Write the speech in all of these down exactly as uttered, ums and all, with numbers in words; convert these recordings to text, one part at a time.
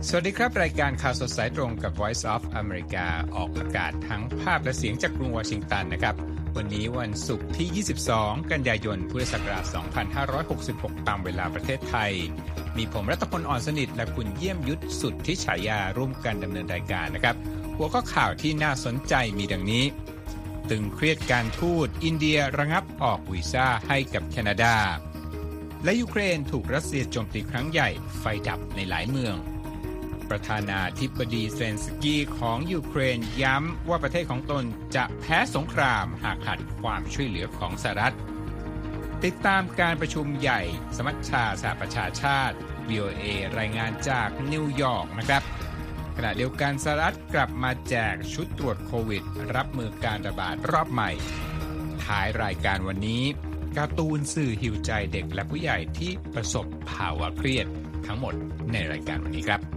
สวัสดีครับรายการข่าวสดสายตรงกับ Voice of America ออกอากาศทั้งภาพและเสียงจากกรุงวอชิงตันนะครับวันนี้วันศุกร์ที่ยี่สิบสองกันยายนพุทธศักราชสองพันห้าร้อยหกสิบหกตามเวลาประเทศไทยมีผมรัตพลอ่อนสนิทและคุณเยี่ยมยุทธสุทธิฉายาร่วมกันดำเนินรายการนะครับหัวข้อข่าวที่น่าสนใจมีดังนี้ตึงเครียดการทูตอินเดียระงับออกวีซ่าให้กับแคนาดาและยูเครนถูกรัสเซียโจมตีครั้งใหญ่ไฟดับในหลายเมืองประธานาธิบดีเซเลนสกี้ของยูเครนย้ำว่าประเทศของตนจะแพ้สงครามหากขาดความช่วยเหลือของสหรัฐติดตามการประชุมใหญ่สมัชชาสหประชาชาติ วี โอ เอ รายงานจากนิวยอร์กนะครับขณะเดียวกันสหรัฐกลับมาแจกชุดตรวจโควิดรับมือการระบาดรอบใหม่ท้ายรายการวันนี้การ์ตูนสื่อหิวใจเด็กและผู้ใหญ่ที่ประสบภาวะเครียดทั้งหมดในรายการวันนี้ครับ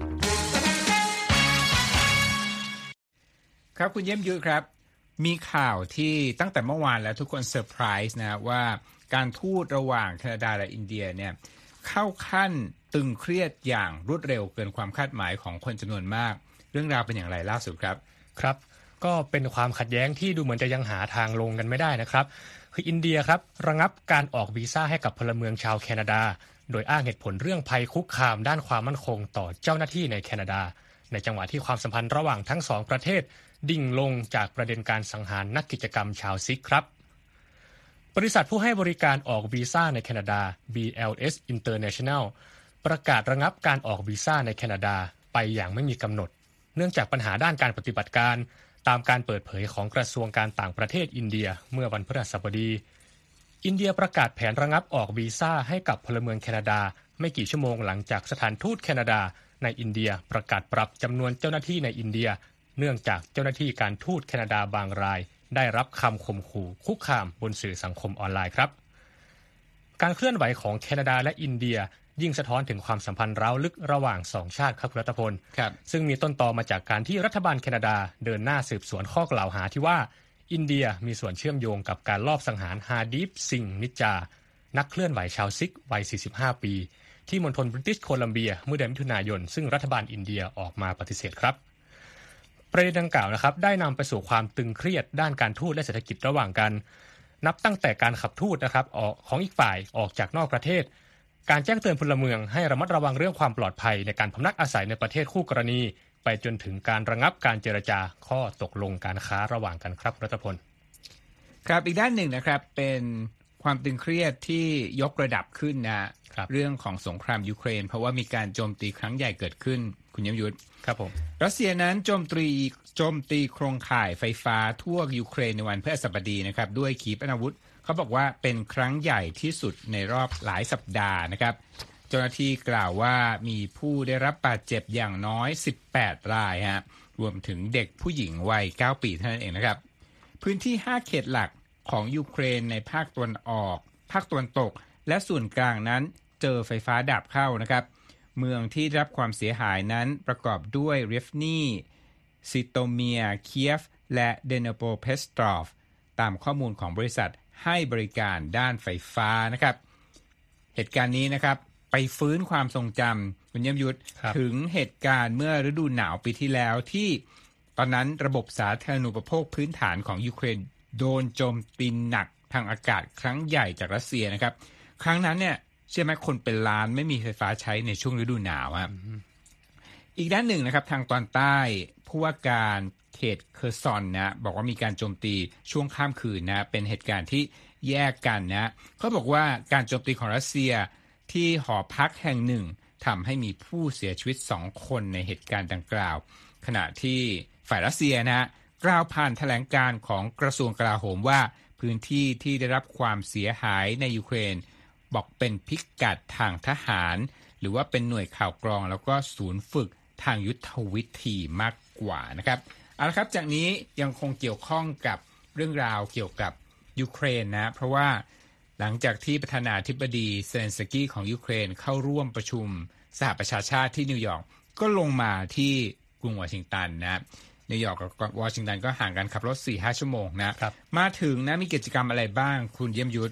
ครับคุณเยี่ยมยุทธครับมีข่าวที่ตั้งแต่เมื่อวานแล้วทุกคนเซอร์ไพรส์นะว่าการทูตระหว่างแคนาดาและอินเดียเนี่ยเข้าขั้นตึงเครียดอย่างรวดเร็วเกินความคาดหมายของคนจำนวนมากเรื่องราวเป็นอย่างไรล่าสุดครับครับก็เป็นความขัดแย้งที่ดูเหมือนจะยังหาทางลงกันไม่ได้นะครับคืออินเดียครับระงับการออกวีซ่าให้กับพลเมืองชาวแคนาดาโดยอ้างเหตุผลเรื่องภัยคุกคามด้านความมั่นคงต่อเจ้าหน้าที่ในแคนาดาในจังหวะที่ความสัมพันธ์ระหว่างทั้งสองประเทศดิ่งลงจากประเด็นการสังหารนักกิจกรรมชาวซิกครับบริษัทผู้ให้บริการออกวีซ่าในแคนาดา บี แอล เอส International ประกาศระงับการออกวีซ่าในแคนาดาไปอย่างไม่มีกำหนดเนื่องจากปัญหาด้านการปฏิบัติการตามการเปิดเผยของกระทรวงการต่างประเทศอินเดียเมื่อวันพฤหัสบดีอินเดียประกาศแผนระงับออกวีซ่าให้กับพลเมืองแคนาดาไม่กี่ชั่วโมงหลังจากสถานทูตแคนาดาในอินเดียประกาศปรับจำนวนเจ้าหน้าที่ในอินเดียเนื่องจากเจ้าหน้าที่การทูตแคนาดาบางรายได้รับคำข่มขู่คุกคามบนสื่อสังคมออนไลน์ครับการเคลื่อนไหวของแคนาดาและอินเดียยิ่งสะท้อนถึงความสัมพันธ์ร้าวลึกระหว่างสองชาติครับรัตพลซึ่งมีต้นตอมาจากการที่รัฐบาลแคนาดาเดินหน้าสืบสวนข้อกล่าวหาที่ว่าอินเดียมีส่วนเชื่อมโยงกับการลอบสังหารฮาดีฟซิงห์นิจานักเคลื่อนไหวชาวซิกวัยสี่สิบห้าปีที่มณฑลบริติชโคลัมเบียเมื่อเดือนมิถุนายนซึ่งรัฐบาลอินเดียออกมาปฏิเสธครับประเด็นดังกล่าวนะครับได้นำไปสู่ความตึงเครียดด้านการทูตและเศรษฐกิจระหว่างกันนับตั้งแต่การขับทูตนะครับออกของอีกฝ่ายออกจากนอกประเทศการแจ้งเตือนพลเมืองให้ระมัดระวังเรื่องความปลอดภัยในการพำนักอาศัยในประเทศคู่กรณีไปจนถึงการระงับการเจรจาข้อตกลงการค้าระหว่างกันครับรัตพลครับอีกด้านหนึ่งนะครับเป็นความตึงเครียดที่ยกระดับขึ้นนะเรื่องของสงครามยูเครนเพราะว่ามีการโจมตีครั้งใหญ่เกิดขึ้นคุณยมยุทธครับผมรัสเซียนั้นโจมตีโจมตีโครงข่ายไฟฟ้าทั่วยูเครนในวันพฤหัสบดีนะครับด้วยขีปนาวุธเขาบอกว่าเป็นครั้งใหญ่ที่สุดในรอบหลายสัปดาห์นะครับเจ้าหน้าที่กล่าวว่ามีผู้ได้รับบาดเจ็บอย่างน้อยสิบแปดรายฮะรวมถึงเด็กผู้หญิงวัยเก้าปีเท่านั้นเองนะครับพื้นที่ห้าเขตหลักของยูเครนในภาคตะวันออกภาคตะวันตกและส่วนกลางนั้นเจอไฟฟ้าดับเข้านะครับเมืองที่ได้รับความเสียหายนั้นประกอบด้วยเรฟนีซิโตเมียเคียฟและเดนโปเพสตรอฟตามข้อมูลของบริษัทให้บริการด้านไฟฟ้านะครับเหตุการณ์นี้นะครับไปฟื้นความทรงจำคุณเยี่ยมยุทธถึงเหตุการณ์เมื่อฤดูหนาวปีที่แล้วที่ตอนนั้นระบบสาธารณูปโภคพื้นฐานของยูเครนโดนโจมตีหนักทางอากาศครั้งใหญ่จากรัสเซียนะครับครั้งนั้นเนี่ยเชื่อไหมคนเป็นล้านไม่มีไฟฟ้าใช้ในช่วงฤดูหนาวครับ mm-hmm. อีกด้านหนึ่งนะครับทางตอนใต้ผู้ว่าการเขตเคอร์ซอนนะบอกว่ามีการโจมตีช่วงข้ามคืนนะเป็นเหตุการณ์ที่แยกกันนะเขาบอกว่าการโจมตีของรัสเซียที่หอพักแห่งหนึ่งทำให้มีผู้เสียชีวิตสองคนในเหตุการณ์ดังกล่าวขณะที่ฝ่ายรัสเซียนะกล่าวผ่านแถลงการของกระทรวงกลาโหมว่าพื้นที่ที่ได้รับความเสียหายในยูเครนบอกเป็นพิกัดทางทหารหรือว่าเป็นหน่วยข่าวกรองแล้วก็ศูนย์ฝึกทางยุทธวิธีมากกว่านะครับเอาละครับจากนี้ยังคงเกี่ยวข้องกับเรื่องราวเกี่ยวกับยูเครนนะเพราะว่าหลังจากที่ประธานาธิบดีเซเลนสกี้ของยูเครนเข้าร่วมประชุมสหประชาชาติที่นิวยอร์กก็ลงมาที่กรุงวอชิงตันนะนิวยอร์กกับวอชิงตันก็ห่างกันขับรถ สี่ถึงห้า ชั่วโมงนะครับมาถึงนะมีกิจกรรมอะไรบ้างคุณเยี่ยมยุทธ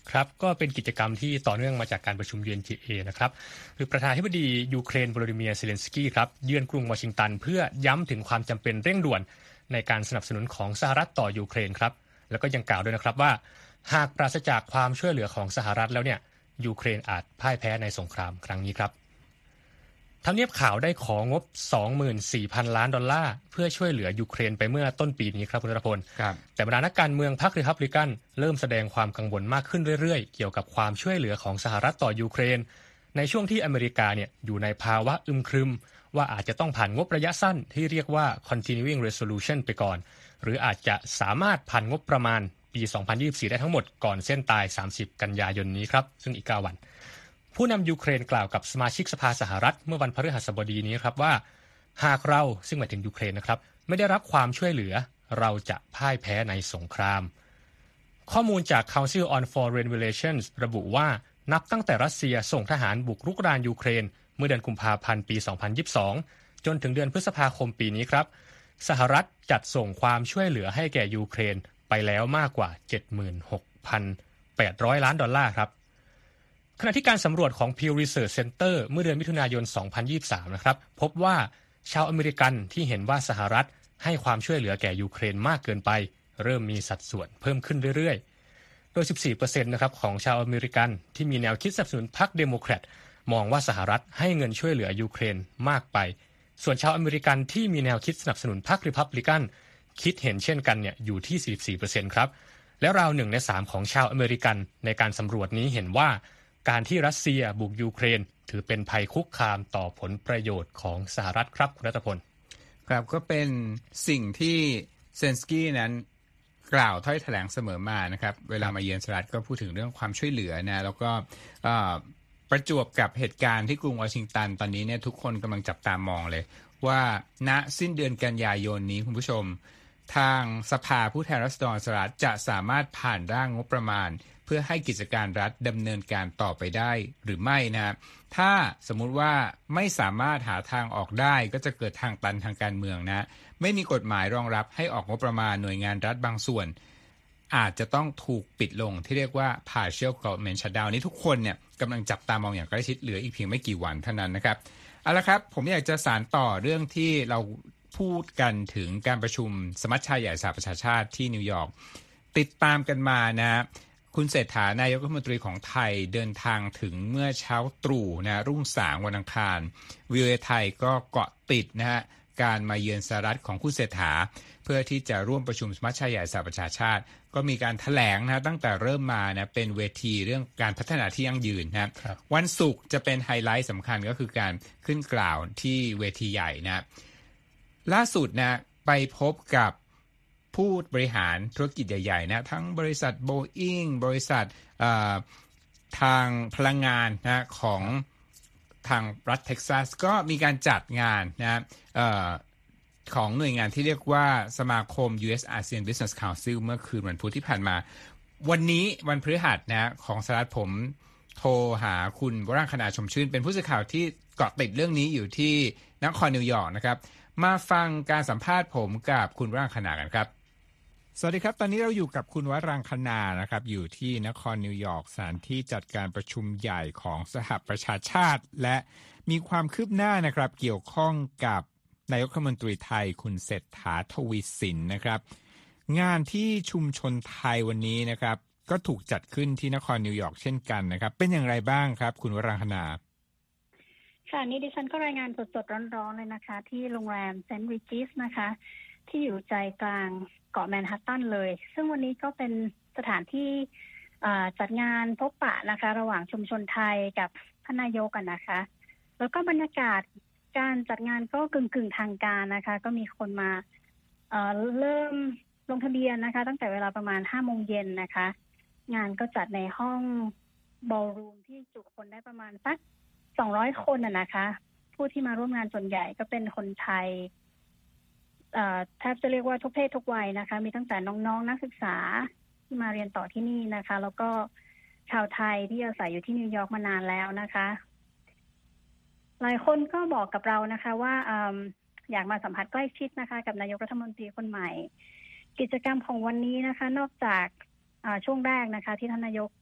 ครับก็เป็นกิจกรรมที่ต่อเนื่องมาจากการประชุม ยู เอ็น จี เอ นะครับคือประธานาธิบดียูเครนโวโลดิเมียร์เซเลนสกี้ครับเยือนกรุงวอชิงตันเพื่อย้ำถึงความจำเป็นเร่งด่วนในการสนับสนุนของสหรัฐต่อยูเครนครับแล้วก็ยังกล่าวด้วยนะครับว่าหากปราศจากความช่วยเหลือของสหรัฐแล้วเนี่ยยูเครนอาจพ่ายแพ้ในสงครามครั้งนี้ครับทำเนียบข่าวได้ของงบ สองหมื่นสี่พัน ล้านดอลลาร์เพื่อช่วยเหลือยูเครนไปเมื่อต้นปีนี้ครับคุณรัฐพลแต่บรรดานักการเมืองพรรครีพับลิกันเริ่มแสดงความกังวลมากขึ้นเรื่อยๆเกี่ยวกับความช่วยเหลือของสหรัฐต่อยูเครนในช่วงที่อเมริกาเนี่ยอยู่ในภาวะอึมครึมว่าอาจจะต้องผ่านงบระยะสั้นที่เรียกว่า continuing resolution ไปก่อนหรืออาจจะสามารถผ่านงบประมาณปี สองพันยี่สิบสี่ ได้ทั้งหมดก่อนเส้นตาย สามสิบ กันยายนนี้ครับซึ่งอีกเก้าวันผู้นำยูเครนกล่าวกับสมาชิกสภาสหรัฐเมื่อวันพฤหัสบดีนี้ครับว่าหากเราซึ่งหมายถึงยูเครนนะครับไม่ได้รับความช่วยเหลือเราจะพ่ายแพ้ในสงครามข้อมูลจาก Council on Foreign Relations ระบุว่านับตั้งแต่รัสเซียส่งทหารบุกรุกรานยูเครนเมื่อเดือนกุมภาพันธ์ปี สองพันยี่สิบสอง จนถึงเดือนพฤษภาคมปีนี้ครับสหรัฐจัดส่งความช่วยเหลือให้แก่ยูเครนไปแล้วมากกว่า เจ็ดหมื่นหกพันแปดร้อย ล้านดอลลาร์ครับขณะที่การสำรวจของ Pew Research Center เมื่อเดือนมิถุนายน สองพันยี่สิบสาม นะครับพบว่าชาวอเมริกันที่เห็นว่าสหรัฐให้ความช่วยเหลือแก่ยูเครนมากเกินไปเริ่มมีสัดส่วนเพิ่มขึ้นเรื่อยๆโดย สิบสี่เปอร์เซ็นต์ นะครับของชาวอเมริกันที่มีแนวคิดสนับสนุนพรรคเดโมแครตมองว่าสหรัฐให้เงินช่วยเหลือยูเครนมากไปส่วนชาวอเมริกันที่มีแนวคิดสนับสนุนพรรครีพับลิกันคิดเห็นเช่นกันเนี่ยอยู่ที่ สี่สิบสี่เปอร์เซ็นต์ ครับและราวหนึ่งในสามของชาวอเมริกันในการสำรวจนี้เห็นว่าการที่รัสเซียบุกยูเครนถือเป็นภัยคุกคามต่อผลประโยชน์ของสหรัฐครับคุณรัตพลครับก็เป็นสิ่งที่เซนสกี้นั้นกล่าวถ้อยแถลงเสมอมานะครับเวลามาเยือนสหรัฐก็พูดถึงเรื่องความช่วยเหลือนะแล้วก็ประจวบกับเหตุการณ์ที่กรุงวอชิงตันตอนนี้เนี่ยทุกคนกำลังจับตามองเลยว่าณสิ้นเดือนกันยายนนี้คุณผู้ชมทางสภาผู้แทนราษฎรสหรัฐจะสามารถผ่านร่างงบประมาณเพื่อให้กิจการรัฐดำเนินการต่อไปได้หรือไม่นะถ้าสมมุติว่าไม่สามารถหาทางออกได้ก็จะเกิดทางตันทางการเมืองนะไม่มีกฎหมายรองรับให้ออกงบประมาณหน่วยงานรัฐบางส่วนอาจจะต้องถูกปิดลงที่เรียกว่า partial government shutdown นี้ทุกคนเนี่ยกำลังจับตามองอย่างใกล้ชิดเหลืออีกเพียงไม่กี่วันเท่านั้นนะครับเอาละครับผมอยากจะสานต่อเรื่องที่เราพูดกันถึงการประชุมสมัชชาใหญ่สหประชาชาติที่นิวยอร์กติดตามกันมานะคุณเศรษฐานายกรัฐมนตรีของไทยเดินทางถึงเมื่อเช้าตรู่นะรุ่งสางวันอังคารวี โอ เอ ไทยก็เกาะติดนะฮะการมาเยือนสหรัฐของคุณเศรษฐาเพื่อที่จะร่วมประชุมสมัชชาใหญ่สหประชาชาติก็มีการแถลงนะตั้งแต่เริ่มมานะเป็นเวทีเรื่องการพัฒนาที่ยั่งยืนนะวันศุกร์จะเป็นไฮไลท์สำคัญก็คือการขึ้นกล่าวที่เวทีใหญ่นะล่าสุดนะไปพบกับผู้บริหารธุรกิจใหญ่ๆนะทั้งบริษัท Boeing บริษัททางพลังงานนะของทางรัฐเท็กซัสก็มีการจัดงานนะของหน่วยงานที่เรียกว่าสมาคม ยู เอส อาเซียน Business Council เมื่อคืนวันพุธที่ผ่านมาวันนี้วันพฤหัสนะของสหรัฐผมโทรหาคุณวรังคณาชมชื่นเป็นผู้สื่อข่าวที่เกาะติดเรื่องนี้อยู่ที่นครนิวยอร์กนะครับมาฟังการสัมภาษณ์ผมกับคุณวรังคณากันครับสวัสดีครับตอนนี้เราอยู่กับคุณวรังคณานะครับอยู่ที่นครนิวยอร์กสถานที่จัดการประชุมใหญ่ของสหประชาชาติและมีความคืบหน้านะครับเกี่ยวข้องกับนายกรัฐมนตรีไทยคุณเศรษฐาทวีสินนะครับงานที่ชุมชนไทยวันนี้นะครับก็ถูกจัดขึ้นที่นครนิวยอร์กเช่นกันนะครับเป็นอย่างไรบ้างครับคุณวรังคณาค่ะนี่ดิฉันก็รายงานสดๆร้อนๆเลยนะคะที่โรงแรมเซนต์ริจิสนะคะที่อยู่ใจกลางเกาะแมนฮัตตันเลยซึ่งวันนี้ก็เป็นสถานที่จัดงานพบปะนะคะระหว่างชุมชนไทยกับท่านนายกกันนะคะแล้วก็บรรยากาศการจัดงานก็กึ่งๆทางการนะคะก็มีคนมาเอ่อเริ่มลงทะเบียนนะคะตั้งแต่เวลาประมาณห้าโมงเย็นนะคะงานก็จัดในห้องบอลรูมที่จุคนได้ประมาณสักสองร้อยคนน่ะนะคะผู้ที่มาร่วมงานส่วนใหญ่ก็เป็นคนไทยเอ่อแทบจะเรียกว่าทุกเพศทุกวัยนะคะมีตั้งแต่น้องๆ น, นักศึกษาที่มาเรียนต่อที่นี่นะคะแล้วก็ชาวไทยที่อาศัยอยู่ที่นิวยอร์กมานานแล้วนะคะหลายคนก็บอกกับเรานะคะว่า อ, อยากมาสัมผัสใกล้ชิดนะคะกับนายกรัฐมนตรีคนใหม่กิจกรรมของวันนี้นะคะนอกจากช่วงแรกนะคะที่ท่านนายก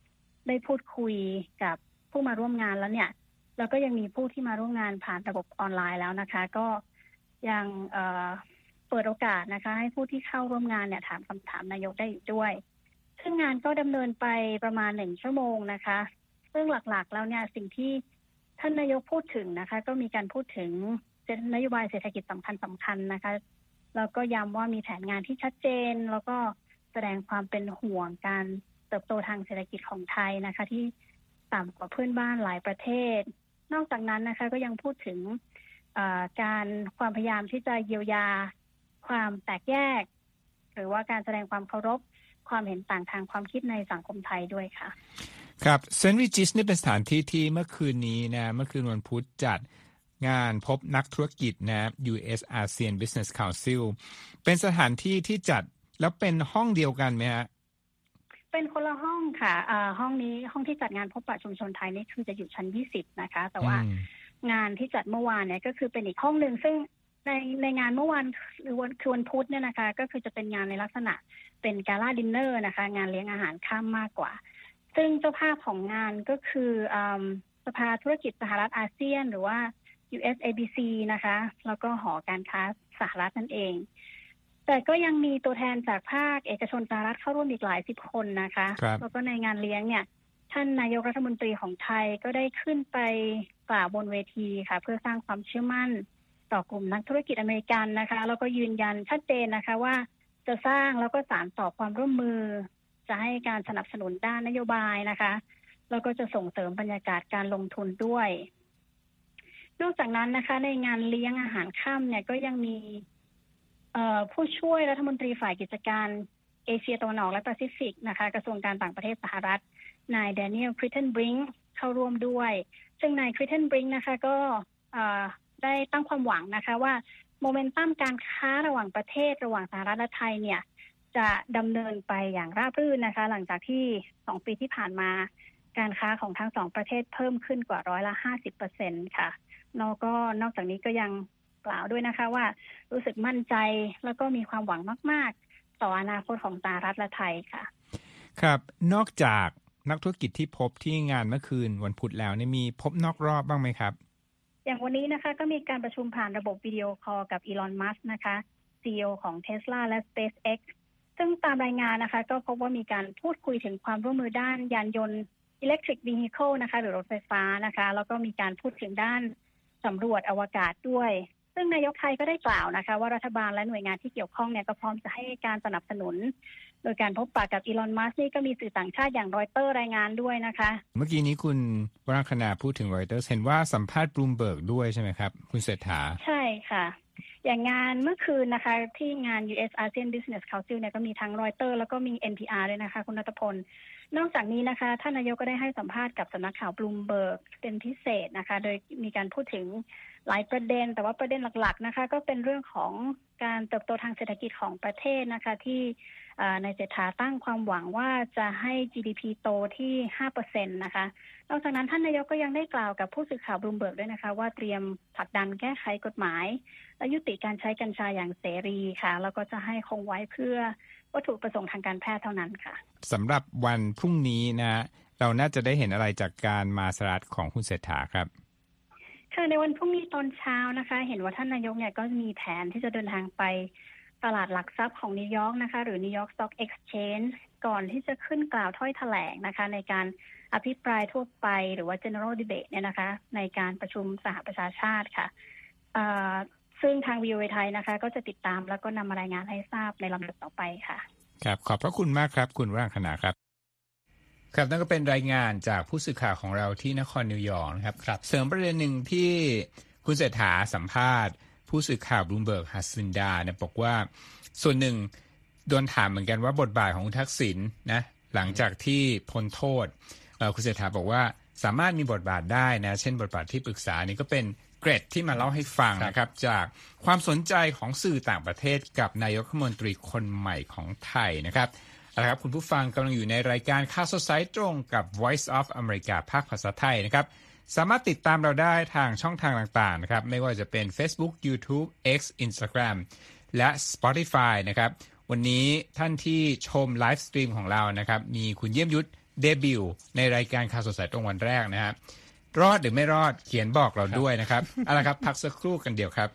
ได้พูดคุยกับผู้มาร่วมงานแล้วเนี่ยแล้วก็ยังมีผู้ที่มาร่วมงานผ่านระบบออนไลน์แล้วนะคะก็ยังเอ่อเปิดโอกาสนะคะให้ผู้ที่เข้าร่วมงานเนี่ยถามคำถามนายกได้อีกด้วยซึ่งงานก็ดำเนินไปประมาณหนึ่งชั่วโมงนะคะซึ่งหลักๆแล้วเนี่ยสิ่งที่ท่านนายกพูดถึงนะคะก็มีการพูดถึงนโยบายเศรษฐกิจสำคัญสำคัญนะคะแล้วก็ย้ำว่ามีแผนงานที่ชัดเจนแล้วก็แสดงความเป็นห่วงการเติบโตทางเศรษฐกิจของไทยนะคะที่ต่ำกว่าเพื่อนบ้านหลายประเทศนอกจากนั้นนะคะก็ยังพูดถึงการความพยายามที่จะเยียวยาความแตกแยกหรือว่าการแสดงความเคารพความเห็นต่างทางความคิดในสังคมไทยด้วยค่ะครับเซนต์ริจิสนี่เป็นสถานที่ที่เมื่อคืนนี้นะเมื่อคืนวันพุธจัดงานพบนักธุรกิจนะ ยู เอส อาเซียน Business Council เป็นสถานที่ที่จัดแล้วเป็นห้องเดียวกันไหมฮะเป็นคนละห้องค่ะห้องนี้ห้องที่จัดงานพบปะชุมชนไทยนี่คือจะอยู่ชั้นยี่สิบนะคะแต่ว่างานที่จัดเมื่อวานเนี่ยก็คือเป็นอีกห้องนึงซึ่งในในงานเมื่อวานหรือวันคือวันพุธเนี่ยนะคะก็คือจะเป็นงานในลักษณะเป็นกาล่าดินเนอร์นะคะงานเลี้ยงอาหารค่ำมากกว่าซึ่งเจ้าภาพของงานก็คือสภาธุรกิจสหรัฐอาเซียนหรือว่า ยู เอส เอ บี ซี นะคะแล้วก็หอการค้าสหรัฐนั่นเองแต่ก็ยังมีตัวแทนจากภาคเอกชนสหรัฐเข้าร่วมอีกหลายสิบคนนะคะแล้วก็ในงานเลี้ยงเนี่ยท่านนายกรัฐมนตรีของไทยก็ได้ขึ้นไปกล่าวบนเวทีค่ะเพื่อสร้างความเชื่อมั่นต่อกลุ่มนักธุรกิจอเมริกันนะคะแล้วก็ยืนยันชัดเจนนะคะว่าจะสร้างแล้วก็สานต่อความร่วมมือจะให้การสนับสนุนด้านนโยบายนะคะแล้วก็จะส่งเสริมบรรยากาศการลงทุนด้วยนอกจากนั้นนะคะในงานเลี้ยงอาหารค่ำเนี่ยก็ยังมีผู้ช่วยรัฐมนตรีฝ่ายกิจการเอเชียตะวันออกและแปซิฟิกนะคะกระทรวงการต่างประเทศสหรัฐนายแดเนียลคริสเทนบริงค์เข้าร่วมด้วยซึ่งนายคริสเทนบริงค์นะคะก็ได้ตั้งความหวังนะคะว่าโมเมนตัมการค้าระหว่างประเทศระหว่างสหรัฐและไทยเนี่ยจะดำเนินไปอย่างราบรื่นนะคะหลังจากที่สองปีที่ผ่านมาการค้าของทั้งสองประเทศเพิ่มขึ้นกว่าร้อยละห้าสิบเปอร์เซ็นต์ค่ะแล้วก็นอกจากนี้ก็ยังกล่าวด้วยนะคะว่ารู้สึกมั่นใจแล้วก็มีความหวังมากๆต่ออนาคตของสหรัฐและไทยค่ะครับนอกจากนักธุรกิจที่พบที่งานเมื่อคืนวันพุธแล้วเนี่ยมีพบนอกรอบบ้างไหมครับอย่างวันนี้นะคะก็มีการประชุมผ่านระบบวิดีโอคอลกับอีลอนมัสก์นะคะ ซี อี โอ ของ Tesla และ SpaceX ซึ่งตามรายงานนะคะก็พบว่ามีการพูดคุยถึงความร่วมมือด้านยานยนต์ Electric Vehicle นะคะหรือรถไฟฟ้านะคะแล้วก็มีการพูดถึงด้านสำรวจอวกาศด้วยซึ่งนายกไทยก็ได้กล่าวนะคะว่ารัฐบาลและหน่วยงานที่เกี่ยวข้องเนี่ยก็พร้อมจะให้การสนับสนุนโดยการพบปะกับอีลอนมัสก์นี่ก็มีสื่อต่างชาติอย่างรอยเตอร์รายงานด้วยนะคะเมื่อกี้นี้คุณวรังคณาพูดถึงรอยเตอร์เห็นว่าสัมภาษณ์บลูมเบิร์กด้วยใช่ไหมครับคุณเศรษฐาใช่ค่ะอย่างงานเมื่อคืนนะคะที่งาน ยู เอส อาเซียน Business Council เนี่ยก็มีทั้งรอยเตอร์แล้วก็มี เอ็น พี อาร์ ด้วยนะคะคุณณัฐพลนอกจากนี้นะคะท่านนายกก็ได้ให้สัมภาษณ์กับสำนักข่าวบลูมเบิร์กเป็นพิเศษนะคะโดยมีการพูดถึงหลายประเด็นแต่ว่าประเด็นหลักๆนะคะก็เป็นเรื่องของการเติบโตทางเศรษฐกิจของประเทศนะคะที่นายเศรษฐาตั้งความหวังว่าจะให้ จี ดี พี โตที่ ห้าเปอร์เซ็นต์ นะคะนอกจากนั้นท่านนายกก็ยังได้กล่าวกับผู้สื่อข่าวบลูมเบิร์กด้วยนะคะว่าเตรียมผลักดันแก้ไขกฎหมายและยุติการใช้กัญชาอย่างเสรีค่ะแล้วก็จะให้คงไว้เพื่อวัตถุประสงค์ทางการแพทย์เท่านั้นค่ะสำหรับวันพรุ่งนี้นะเราน่าจะได้เห็นอะไรจากการมาสหรัฐของคุณเศรษฐาครับค่ะในวันพรุ่งนี้ตอนเช้านะคะเห็นว่าท่านนายกเนี่ยก็มีแผนที่จะเดินทางไปตลาดหลักทรัพย์ของนิวยอร์กนะคะหรือ New York Stock Exchange ก่อนที่จะขึ้นกล่าวถ้อยแถลงนะคะในการอภิปรายทั่วไปหรือว่า General Debate เนี่ยนะคะในการประชุมสหประชาชาติค่ะซึ่งทาง วี โอ เอ ไทยนะคะก็จะติดตามแล้วก็นำมารายงานให้ทราบในลำดับต่อไปค่ะครับขอบพระคุณมากครับคุณวรังคณาครับครับนั่นก็เป็นรายงานจากผู้สื่อข่าวของเราที่นครนิวยอร์กนะครับครับเสริมประเด็นหนึ่งที่คุณเศรษฐาสัมภาษณ์ผู้สื่อข่าวบลูมเบิร์กฮัสซินดาเนี่ยบอกว่าส่วนหนึ่งโดนถามเหมือนกันว่าบทบาทของคุณทักษิณนะหลังจากที่พ้นโทษคุณเศรษฐาบอกว่าสามารถมีบทบาทได้นะเช่นบทบาทที่ปรึกษานี่ก็เป็นเกร็ดที่มาเล่าให้ฟังนะครับจากความสนใจของสื่อต่างประเทศกับนายกรัฐมนตรีคนใหม่ของไทยนะครับนะครับคุณผู้ฟังกำลังอยู่ในรายการข่าวสดสายตรงกับ Voice of America ภาคภาษาไทยนะครับสามารถติดตามเราได้ทางช่องทางต่างๆนะครับไม่ว่าจะเป็น Facebook YouTube X Instagram และ Spotify นะครับวันนี้ท่านที่ชมไลฟ์สตรีมของเรานะครับมีคุณเยี่ยมยุทธเดบิวต์ในรายการข่าวสดสายตรงวันแรกนะฮะรอดหรือไม่รอดเขียนบอกเราด้วยนะครับ เอาละครับพักสักครู่กันเดียวครับ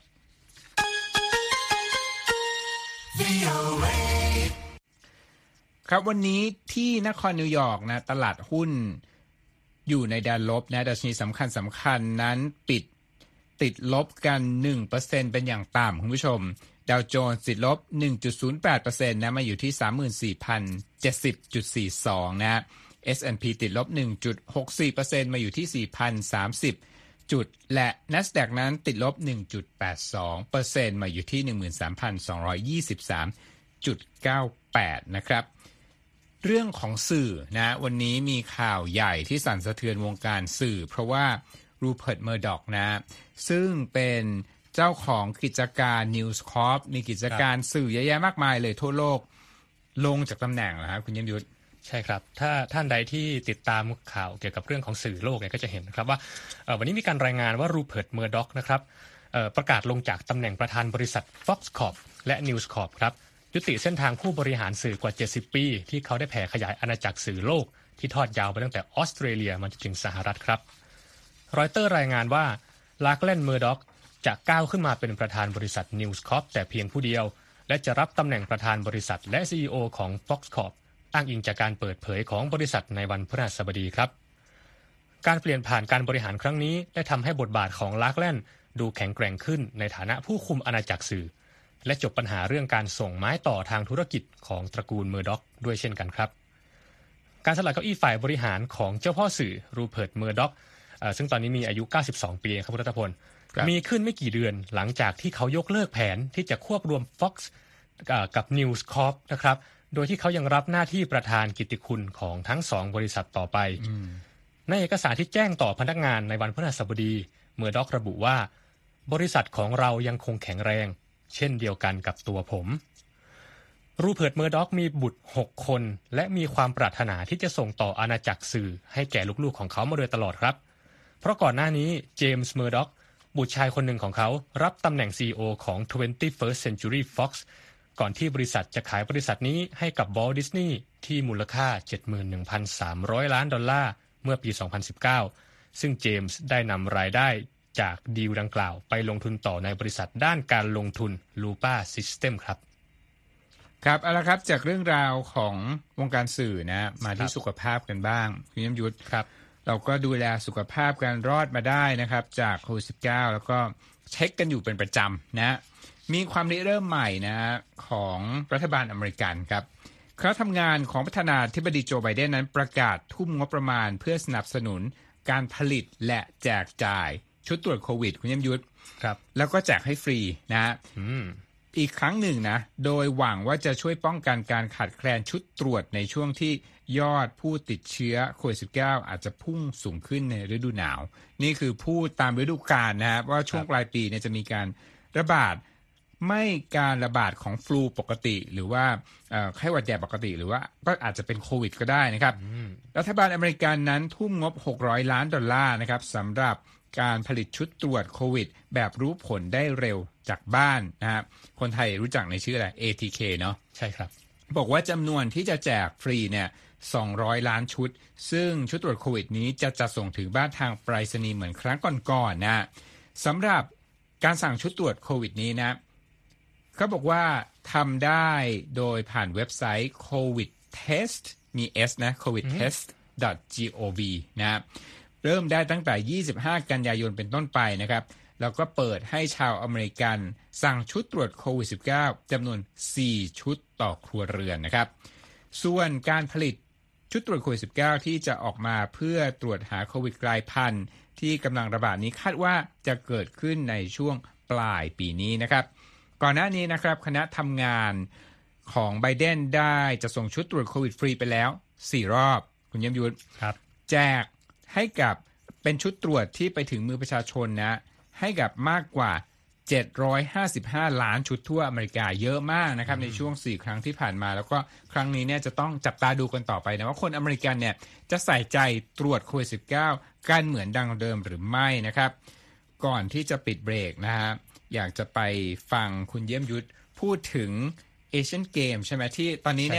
ครับวันนี้ที่นครนิวยอร์กนะตลาดหุ้นอยู่ในแดนลบนะดัชนีสำคัญสำคัญนั้นปิดติดลบกัน หนึ่งเปอร์เซ็นต์ เป็นอย่างต่ำคุณผู้ชมดาวโจนส์ติดลบ หนึ่งจุดศูนย์แปดเปอร์เซ็นต์ นะมาอยู่ที่ สามหมื่นสี่พันเจ็ดสิบจุดสี่สอง นะ เอส แอนด์ พี ติดลบ หนึ่งจุดหกสี่เปอร์เซ็นต์ มาอยู่ที่ สี่พันสามสิบ จุดและ NASDAQ นั้นติดลบ หนึ่งจุดแปดสองเปอร์เซ็นต์ มาอยู่ที่ หนึ่งหมื่นสามพันสองร้อยยี่สิบสามจุดเก้าแปด นะครับเรื่องของสื่อนะวันนี้มีข่าวใหญ่ที่สั่นสะเทือนวงการสื่อเพราะว่ารูเพิร์ต เมอร์ดอกนะซึ่งเป็นเจ้าของกิจการ News Corp มีกิจการสื่อเยอะแยะมากมายเลยทั่วโลกลงจากตำแหน่งแล้วครับคุณยมยุทธใช่ครับถ้าท่านใดที่ติดตามข่าวเกี่ยวกับเรื่องของสื่อโลกเนี่ยก็จะเห็นนะครับว่าวันนี้มีการรายงานว่ารูเพิร์ต เมอร์ดอกนะครับประกาศลงจากตำแหน่งประธานบริษัท Fox Corp และ News Corp ครับยุติเส้นทางผู้บริหารสื่อกว่าเจ็ดสิบปีที่เขาได้แผ่ขยายอาณาจักรสื่อโลกที่ทอดยาวไปตั้งแต่ออสเตรเลียมาจนถึงสหรัฐครับรอยเตอร์รายงานว่าลาร์กแลนด์ เมอร์ดอกจะก้าวขึ้นมาเป็นประธานบริษัท News Corp แต่เพียงผู้เดียวและจะรับตำแหน่งประธานบริษัทและ ซี อี โอ ของ Fox Corp อ้างอิงจากการเปิดเผยของบริษัทในวันพฤหัสบดีครับการเปลี่ยนผ่านการบริหารครั้งนี้ได้ทำให้บทบาทของลาร์กแลนด์ดูแข็งแกร่งขึ้นในฐานะผู้คุมอาณาจักรสื่อและจบปัญหาเรื่องการส่งไม้ต่อทางธุรกิจของตระกูลเมอร์ดอกด้วยเช่นกันครับการสละเก้าอี้ฝ่ายบริหารของเจ้าพ่อสื่อรูเพิร์ต เมอร์ดอกซึ่งตอนนี้มีอายุเก้าสิบสองปีครับคุณรัตพลมีขึ้นไม่กี่เดือนหลังจากที่เขายกเลิกแผนที่จะควบรวม Fox กับ News Corp นะครับโดยที่เขายังรับหน้าที่ประธานกิตติคุณของทั้งสองบริษัทต่อไปในเอกสารที่แจ้งต่อพนักงานในวันพฤหัสบดีเมอร์ดอกระบุว่าบริษัทของเรายังคงแข็งแรงเช่นเดียวกันกับตัวผมรูเพิร์ต เมอร์ดอกมีบุตรหกคนและมีความปรารถนาที่จะส่งต่ออาณาจักรสื่อให้แก่ลูกๆของเขามาโดยตลอดครับเพราะก่อนหน้านี้เจมส์ เมอร์ดอกบุตรชายคนหนึ่งของเขารับตำแหน่ง ซี อี โอ ของ ทเวนตี้เฟิร์ส Century Fox ก่อนที่บริษัทจะขายบริษัทนี้ให้กับ Walt Disney ที่มูลค่า เจ็ดหมื่นหนึ่งพันสามร้อย ล้านดอลลาร์เมื่อปี สองพันสิบเก้า ซึ่งเจมส์ได้นำรายได้จากดีลดังกล่าวไปลงทุนต่อในบริษัทด้านการลงทุน Lupa System ครับครับเอาละครับจากเรื่องราวของวงการสื่อนะมาที่สุขภาพกันบ้างคุณยมยุทธครับเราก็ดูแลสุขภาพการรอดมาได้นะครับจากโควิด สิบเก้า แล้วก็เช็คกันอยู่เป็นประจำนะมีความริเริ่มใหม่นะของรัฐบาลอเมริกันครับคณะทำงานของประธานาธิบดีโจไบเดนนั้นประกาศทุ่มงบประมาณเพื่อสนับสนุนการผลิตและแจกจ่ายชุดตรวจโควิดคุณยมยุทธครับแล้วก็แจกให้ฟรีนะอืมอีกครั้งหนึ่งนะโดยหวังว่าจะช่วยป้องกันการขาดแคลนชุดตรวจในช่วงที่ยอดผู้ติดเชื้อโควิด สิบเก้า อาจจะพุ่งสูงขึ้นในฤดูหนาวนี่คือพูดตามฤดูกาลนะครับว่าช่วงปลายปีเนี่ยจะมีการระบาดไม่การระบาดของฟลูปกติหรือว่าไข้หวัดใหญ่ปกติหรือว่าก็อาจจะเป็นโควิดก็ได้นะครับรัฐบาลอเมริกันนั้นทุ่มงบหกร้อยล้านดอลลาร์นะครับสำหรับการผลิตชุดตรวจโควิดแบบรู้ผลได้เร็วจากบ้านนะครับคนไทยรู้จักในชื่ออะไร เอ ที เค เนาะใช่ครับบอกว่าจำนวนที่จะแจกฟรีเนี่ยสองร้อยล้านชุดซึ่งชุดตรวจโควิดนี้จะจะส่งถึงบ้านทางไปรษณีย์เหมือนครั้งก่อนๆ นะสำหรับการสั่งชุดตรวจโควิดนี้นะเขาบอกว่าทำได้โดยผ่านเว็บไซต์ โควิดเทสต์ มี S นะ โควิดเทสต์ ดอท จี โอ วี นะเริ่มได้ตั้งแต่ยี่สิบห้ากันยายนเป็นต้นไปนะครับแล้วก็เปิดให้ชาวอเมริกันสั่งชุดตรวจโควิด สิบเก้า จำนวนสี่ชุดต่อครัวเรือนนะครับส่วนการผลิตชุดตรวจโควิด สิบเก้า ที่จะออกมาเพื่อตรวจหาโควิดกลายพันธุ์ที่กำลังระบาดนี้คาดว่าจะเกิดขึ้นในช่วงปลายปีนี้นะครับก่อนหน้านี้นะครับคณะทำงานของไบเดนได้จะส่งชุดตรวจโควิดฟรีไปแล้วสี่รอบคุณยมยุทธครับแจกให้กับเป็นชุดตรวจที่ไปถึงมือประชาชนนะให้กับมากกว่าเจ็ดร้อยห้าสิบห้าล้านชุดทั่วอเมริกาเยอะมากนะครับในช่วงสี่ครั้งที่ผ่านมาแล้วก็ครั้งนี้เนี่ยจะต้องจับตาดูกันต่อไปนะว่าคนอเมริกันเนี่ยจะใส่ใจตรวจโควิด สิบเก้า กันเหมือนดังเดิมหรือไม่นะครับก่อนที่จะปิดเบรกนะฮะอยากจะไปฟังคุณเยี่ยมยุทธพูดถึงเอเชียนเกมใช่ไหมที่ตอนนี้เนี่ย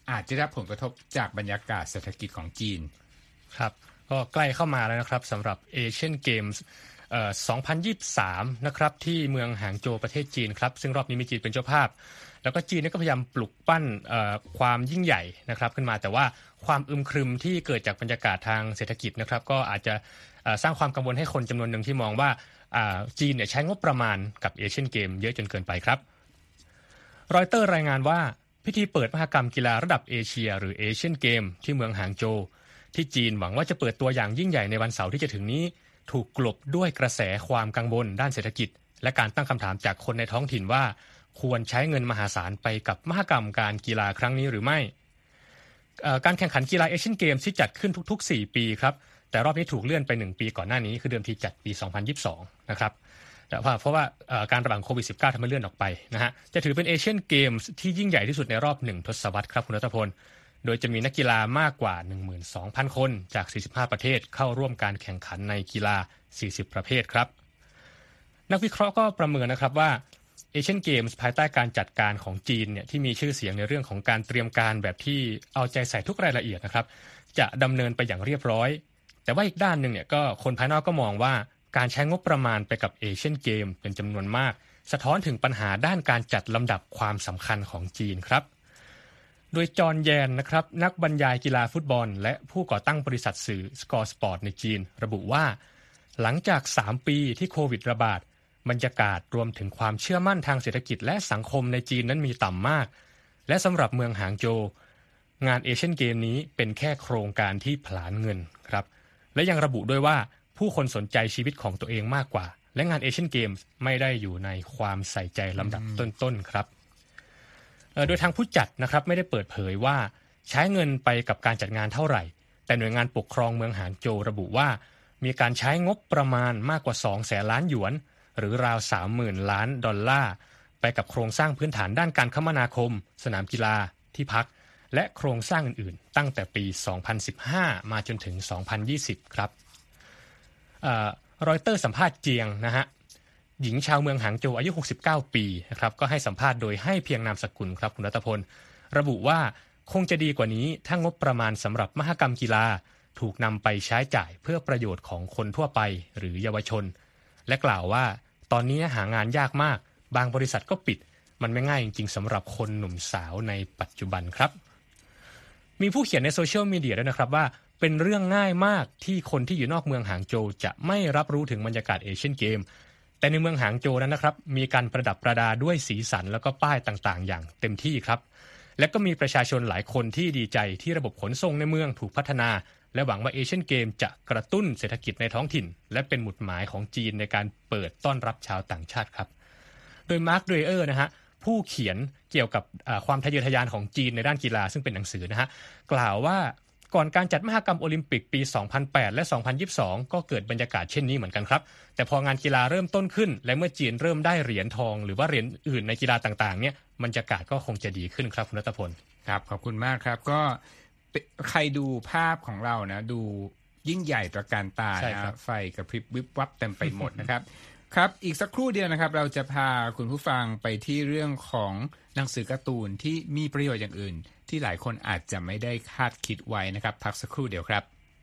อาจจะรับผลกระทบจากบรรยากาศเศรษฐกิจของจีนครับก็ใกล้เข้ามาแล้วนะครับสำหรับเอเชียนเกมส์สองพันยี่สิบสามนะครับที่เมืองหางโจวประเทศจีนครับซึ่งรอบนี้มีจีนเป็นเจ้าภาพแล้วก็จีนก็พยายามปลุกปั้นความยิ่งใหญ่นะครับขึ้นมาแต่ว่าความอึมครึมที่เกิดจากบรรยากาศทางเศรษฐกิจนะครับก็อาจจะสร้างความกังวลให้คนจำนวนหนึ่งที่มองว่าจีนเนี่ยใช้งบประมาณกับเอเชียนเกมเยอะจนเกินไปครับรอยเตอร์รายงานว่าพิธีเปิดมหกรรมกีฬาระดับเอเชียหรือเอเชียนเกมที่เมืองหางโจวที่จีนหวังว่าจะเปิดตัวอย่างยิ่งใหญ่ในวันเสาร์ที่จะถึงนี้ถูกกลบด้วยกระแสความกังวลด้านเศรษฐกิจและการตั้งคำถามจากคนในท้องถิ่นว่าควรใช้เงินมหาศาลไปกับมหกรรมการกีฬาครั้งนี้หรือไม่การแข่งขันกีฬาเอเชียนเกมที่จัดขึ้นทุกๆสี่ปีครับแต่รอบนี้ถูกเลื่อนไปหนึ่งปีก่อนหน้านี้คือเดิมทีจัดปีสองพันยี่สิบสองนะครับแต่ว่าเพราะว่าการระบาดโควิด สิบเก้า ทำให้เลื่อนออกไปนะฮะจะถือเป็นเอเชียนเกมที่ยิ่งใหญ่ที่สุดในรอบหนึ่งทศวรรษครับคุณรัตพลโดยจะมีนักกีฬามากกว่า หนึ่งหมื่นสองพัน คนจากสี่สิบห้าประเทศเข้าร่วมการแข่งขันในกีฬาสี่สิบประเภทครับนักวิเคราะห์ก็ประเมินนะครับว่าเอเชียนเกมส์ภายใต้การจัดการของจีนเนี่ยที่มีชื่อเสียงในเรื่องของการเตรียมการแบบที่เอาใจใส่ทุกรายละเอียดนะครับจะดำเนินไปอย่างเรียบร้อยแต่ว่าอีกด้านหนึ่งเนี่ยก็คนภายนอกก็มองว่าการใช้งบประมาณไปกับเอเชียนเกมเป็นจำนวนมากสะท้อนถึงปัญหาด้านการจัดลำดับความสำคัญของจีนครับโดยจอห์นแยนนะครับนักบรรยายกีฬาฟุตบอลและผู้ก่อตั้งบริษัทสื่อสกอร์สปอร์ตในจีนระบุว่าหลังจากสามปีที่โควิดระบาดบรรยากาศรวมถึงความเชื่อมั่นทางเศรษฐกิจและสังคมในจีนนั้นมีต่ำมากและสำหรับเมืองหางโจวงานเอเชียนเกมนี้เป็นแค่โครงการที่ผลาญเงินครับและยังระบุด้วยว่าผู้คนสนใจชีวิตของตัวเองมากกว่าและงานเอเชียนเกมส์ไม่ได้อยู่ในความใส่ใจลำดับต้นๆครับโดยทางผู้จัดนะครับไม่ได้เปิดเผยว่าใช้เงินไปกับการจัดงานเท่าไหร่แต่หน่วยงานปกครองเมืองหางโจวระบุว่ามีการใช้งบประมาณมากกว่าสองแสนล้านหยวนหรือราว สามหมื่น ล้านดอลลาร์ไปกับโครงสร้างพื้นฐานด้านการคมนาคมสนามกีฬาที่พักและโครงสร้างอื่นๆตั้งแต่ปีสองพันสิบห้ามาจนถึงสองพันยี่สิบครับรอยเตอร์สัมภาษณ์เจียงนะฮะหญิงชาวเมืองหางโจวอายุหกสิบเก้าปีนะครับก็ให้สัมภาษณ์โดยให้เพียงนามสกุลครับคุณรัตพลระบุว่าคงจะดีกว่านี้ถ้างบประมาณสำหรับมหกรรมกีฬาถูกนำไปใช้จ่ายเพื่อประโยชน์ของคนทั่วไปหรือเยาวชนและกล่าวว่าตอนนี้หางานยากมากบางบริษัทก็ปิดมันไม่ง่ายจริงๆสำหรับคนหนุ่มสาวในปัจจุบันครับมีผู้เขียนในโซเชียลมีเดียด้วยนะครับว่าเป็นเรื่องง่ายมากที่คนที่อยู่นอกเมืองหางโจวจะไม่รับรู้ถึงบรรยากาศเอเชียนเกมแต่ในเมืองหางโจวนั้นนะครับมีการประดับประดาด้วยสีสันแล้วก็ป้ายต่างๆอย่างเต็มที่ครับและก็มีประชาชนหลายคนที่ดีใจที่ระบบขนส่งในเมืองถูกพัฒนาและหวังว่าเอเชียนเกมจะกระตุ้นเศรษฐกิจในท้องถิ่นและเป็นหมุดหมายของจีนในการเปิดต้อนรับชาวต่างชาติครับโดยมาร์ค เดรเออร์นะฮะผู้เขียนเกี่ยวกับความทะเยอทะยานของจีนในด้านกีฬาซึ่งเป็นหนังสือนะฮะกล่าวว่าก่อนการจัดมหกรรมโอลิมปิกปีสองพันแปดและสองพันยี่สิบสองก็เกิดบรรยากาศเช่นนี้เหมือนกันครับแต่พองานกีฬาเริ่มต้นขึ้นและเมื่อจีนเริ่มได้เหรียญทองหรือว่าเหรียญอื่นในกีฬาต่างๆเนี่ยบรรยากาศก็คงจะดีขึ้นครับคุณรัตพลครับขอบคุณมากครับก็ใครดูภาพของเรานะดูยิ่งใหญ่ตระการตานะไฟกระพริบวิบวับเต็มไปหมดนะครับครับอีกสักครู่เดียวนะครับเราจะพาคุณผู้ฟังไปที่เรื่องของหนังสือการ์ตูนที่มีประโยชน์อย่างอื่นที่หลายคนอาจจะไม่ได้คาดคิดไว้นะครับพักสักครู่เดียวครับ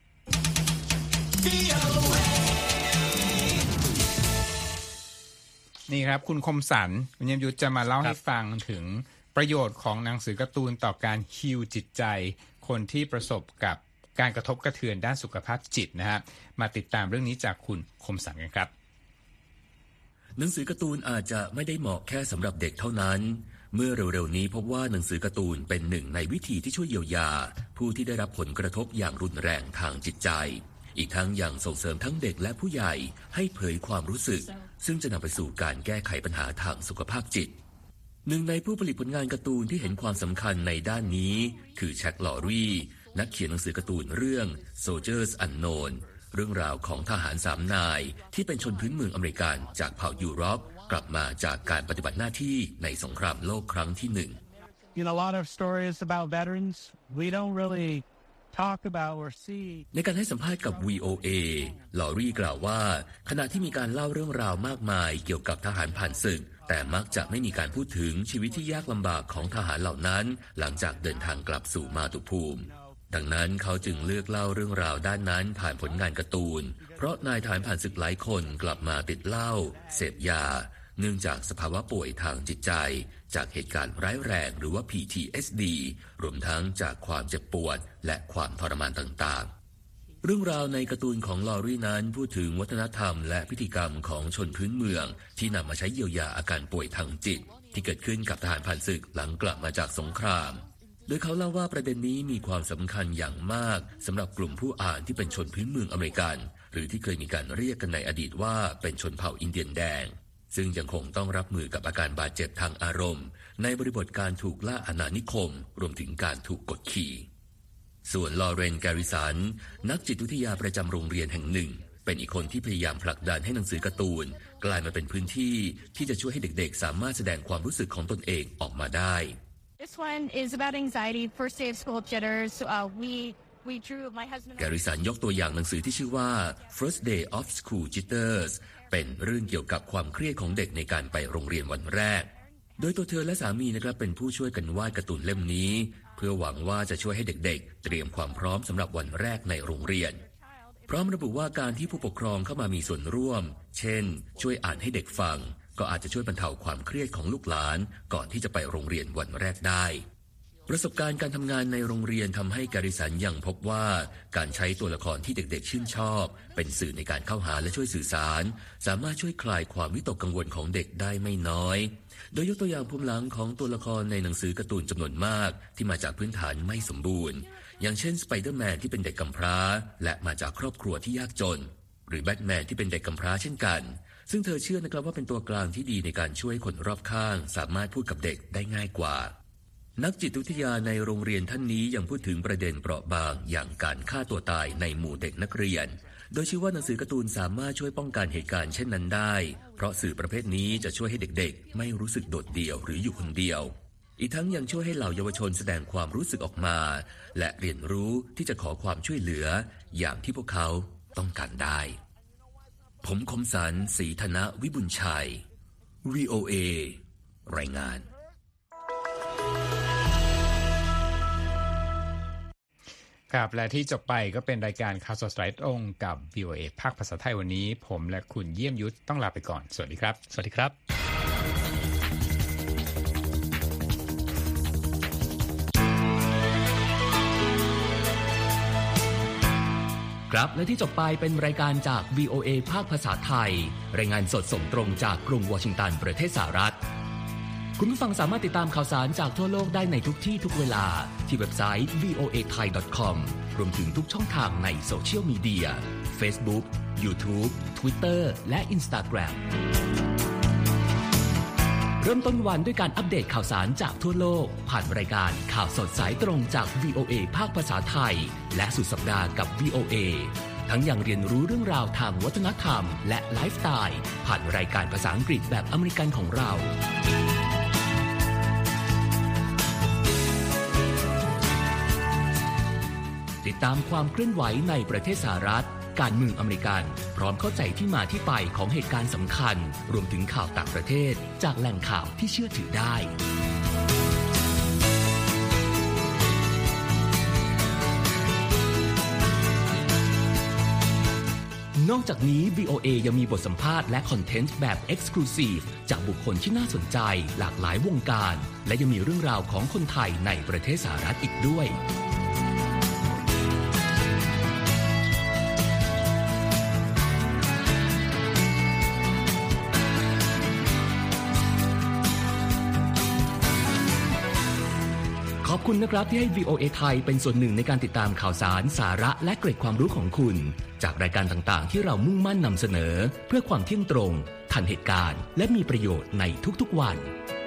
นี่ครับคุณคมสันต์คุณยมยุทธจะมาเล่าให้ฟังถึงประโยชน์ของหนังสือการ์ตูนต่อการฮีลจิตใจคนที่ประสบกับการกระทบกระเทือนด้านสุขภาพจิตนะฮะมาติดตามเรื่องนี้จากคุณคมสันต์กันครับหนังสือการ์ตูนอาจจะไม่ได้เหมาะแค่สำหรับเด็กเท่านั้นเมื่อเร็วๆนี้พบว่าหนังสือการ์ตูนเป็นหนึ่งในวิธีที่ช่วยเยียวยาผู้ที่ได้รับผลกระทบอย่างรุนแรงทางจิตใจอีกทั้งยังส่งเสริมทั้งเด็กและผู้ใหญ่ให้เผยความรู้สึกซึ่งจะนำไปสู่การแก้ไขปัญหาทางสุขภาพจิตหนึ่งในผู้ผลิตผลงานการ์ตูนที่เห็นความสำคัญในด้านนี้คือแช็ค ลอรี่นักเขียนหนังสือการ์ตูนเรื่อง Soldiers Unknown เรื่องราวของทหารสามนายที่เป็นชนพื้นเมืองอเมริกันจากเผ่ายูโรปกลับมาจากการปฏิบัติหน้าที่ในสงครามโลกครั้งที่หนึ่ง You know, a lot of stories about veterans we don't really talk about or see ในการให้สัมภาษณ์กับ วี โอ เอ ลอรี่กล่าวว่าขณะที่มีการเล่าเรื่องราวมากมายเกี่ยวกับทหารผ่านศึกแต่มักจะไม่มีการพูดถึงชีวิตที่ยากลำบากของทหารเหล่านั้นหลังจากเดินทางกลับสู่มาตุภูมิดังนั้นเขาจึงเลือกเล่าเรื่องราวด้านนั้นผ่านผลงานการ์ตูนเพราะนายทหารผ่านศึกหลายคนกลับมาติดเหล้าเสพยาเนื่องจากสภาวะป่วยทางจิตใจจากเหตุการณ์ร้ายแรงหรือว่า พี ที เอส ดี รวมทั้งจากความเจ็บปวดและความทรมานต่างๆเรื่องราวในการ์ตูนของลอรี่นั้นพูดถึงวัฒนธรรมและพิธีกรรมของชนพื้นเมืองที่นำมาใช้เยียวยาอาการป่วยทางจิตที่เกิดขึ้นกับทหารผ่านศึกหลังกลับมาจากสงครามโดยเขาเล่าว่าประเด็นนี้มีความสำคัญอย่างมากสำหรับกลุ่มผู้อ่านที่เป็นชนพื้นเมืองอเมริกันหรือที่เคยมีการเรียกกันในอดีตว่าเป็นชนเผ่าอินเดียนแดงซึ่งยังคงต้องรับมือกับอาการบาดเจ็บทางอารมณ์ในบริบทการถูกล่าอาณานิคมรวมถึงการถูกกดขี่ส่วนลอเรน แกริสันนักจิตวิทยาประจำโรงเรียนแห่งหนึ่งเป็นอีกคนที่พยายามผลักดันให้หนังสือการ์ตูนกลายมาเป็นพื้นที่ที่จะช่วยให้เด็กๆสามารถแสดงความรู้สึกของตนเองออกมาได้ This one is about anxiety, first day of school jitters. Uh, we we drew my husband. แกริสันยกตัวอย่างหนังสือที่ชื่อว่า First Day of School Jitters เป็นเรื่องเกี่ยวกับความเครียดของเด็กในการไปโรงเรียนวันแรกโดยตัวเธอและสามีนะครับเป็นผู้ช่วยกันวาดการ์ตูนเล่มนี้เพื่อหวังว่าจะช่วยให้เด็กๆเตรียมความพร้อมสำหรับวันแรกในโรงเรียนพร้อมระบุว่าการที่ผู้ปกครองเข้ามามีส่วนร่วมเช่นช่วยอ่านให้เด็กฟังก็อาจจะช่วยบรรเทาความเครียดของลูกหลานก่อนที่จะไปโรงเรียนวันแรกได้ประสบการณ์การทำงานในโรงเรียนทำให้แกริสันยังพบว่าการใช้ตัวละครที่เด็กๆชื่นชอบเป็นสื่อในการเข้าหาและช่วยสื่อสารสามารถช่วยคลายความวิตกกังวลของเด็กได้ไม่น้อยโดยยกตัวอย่างภูมิหลังของตัวละครในหนังสือการ์ตูนจำนวนมากที่มาจากพื้นฐานไม่สมบูรณ์อย่างเช่นสไปเดอร์แมนที่เป็นเด็กกำพร้าและมาจากครอบครัวที่ยากจนหรือแบทแมนที่เป็นเด็กกำพร้าเช่นกันซึ่งเธอเชื่อนะครับว่าเป็นตัวกลางที่ดีในการช่วยคนรอบข้างสามารถพูดกับเด็กได้ง่ายกว่านักจิตวิทยาในโรงเรียนท่านนี้ยังพูดถึงประเด็นเปราะบางอย่างการฆ่าตัวตายในหมู่เด็กนักเรียนโดยเชื่อว่าหนังสือการ์ตูนสามารถช่วยป้องกันเหตุการณ์เช่นนั้นได้เพราะสื่อประเภทนี้จะช่วยให้เด็กๆไม่รู้สึกโดดเดี่ยวหรืออยู่คนเดียวอีกทั้งยังช่วยให้เหล่าเยาวชนแสดงความรู้สึกออกมาและเรียนรู้ที่จะขอความช่วยเหลืออย่างที่พวกเขาต้องการได้ผมคมสันต์ ศรีธนวิบุญชัย วี โอ เอ รายงานครับและที่จบไปก็เป็นรายการข่าวสดสายตรงกับ วี โอ เอ ภาคภาษาไทยวันนี้ผมและคุณเยี่ยมยุทธต้องลาไปก่อนสวัสดีครับสวัสดีครับครับและที่จบไปเป็นรายการจาก วี โอ เอ ภาคภาษาไทยรายงานสดส่งตรงจากกรุงวอชิงตันประเทศสหรัฐคุณผู้ฟังสามารถติดตามข่าวสารจากทั่วโลกได้ในทุกที่ทุกเวลาที่เว็บไซต์ วี โอ เอ ไทย ดอท คอม รวมถึงทุกช่องทางในโซเชียลมีเดีย Facebook YouTube Twitter และ Instagram เริ่มต้นวันด้วยการอัปเดตข่าวสารจากทั่วโลกผ่านรายการข่าวสดสายตรงจาก วี โอ เอ ภาคภาษาไทยและสุดสัปดาห์กับ วี โอ เอ ทั้งยังเรียนรู้เรื่องราวทางวัฒนธรรมและไลฟ์สไตล์ผ่านรายการภาษาอังกฤษแบบอเมริกันของเราติดตามความเคลื่อนไหวในประเทศสหรัฐการเมืองอเมริกันพร้อมเข้าใจที่มาที่ไปของเหตุการณ์สำคัญรวมถึงข่าวต่างประเทศจากแหล่งข่าวที่เชื่อถือได้นอกจากนี้ วี โอ เอ ยังมีบทสัมภาษณ์และคอนเทนต์แบบ Exclusive จากบุคคลที่น่าสนใจหลากหลายวงการและยังมีเรื่องราวของคนไทยในประเทศสหรัฐอีกด้วยขอบคุณนะครับที่ให้ วี โอ เอ ไทยเป็นส่วนหนึ่งในการติดตามข่าวสารสาระและเกร็ดความรู้ของคุณจากรายการต่างๆที่เรามุ่งมั่นนำเสนอเพื่อความเที่ยงตรงทันเหตุการณ์และมีประโยชน์ในทุกๆวัน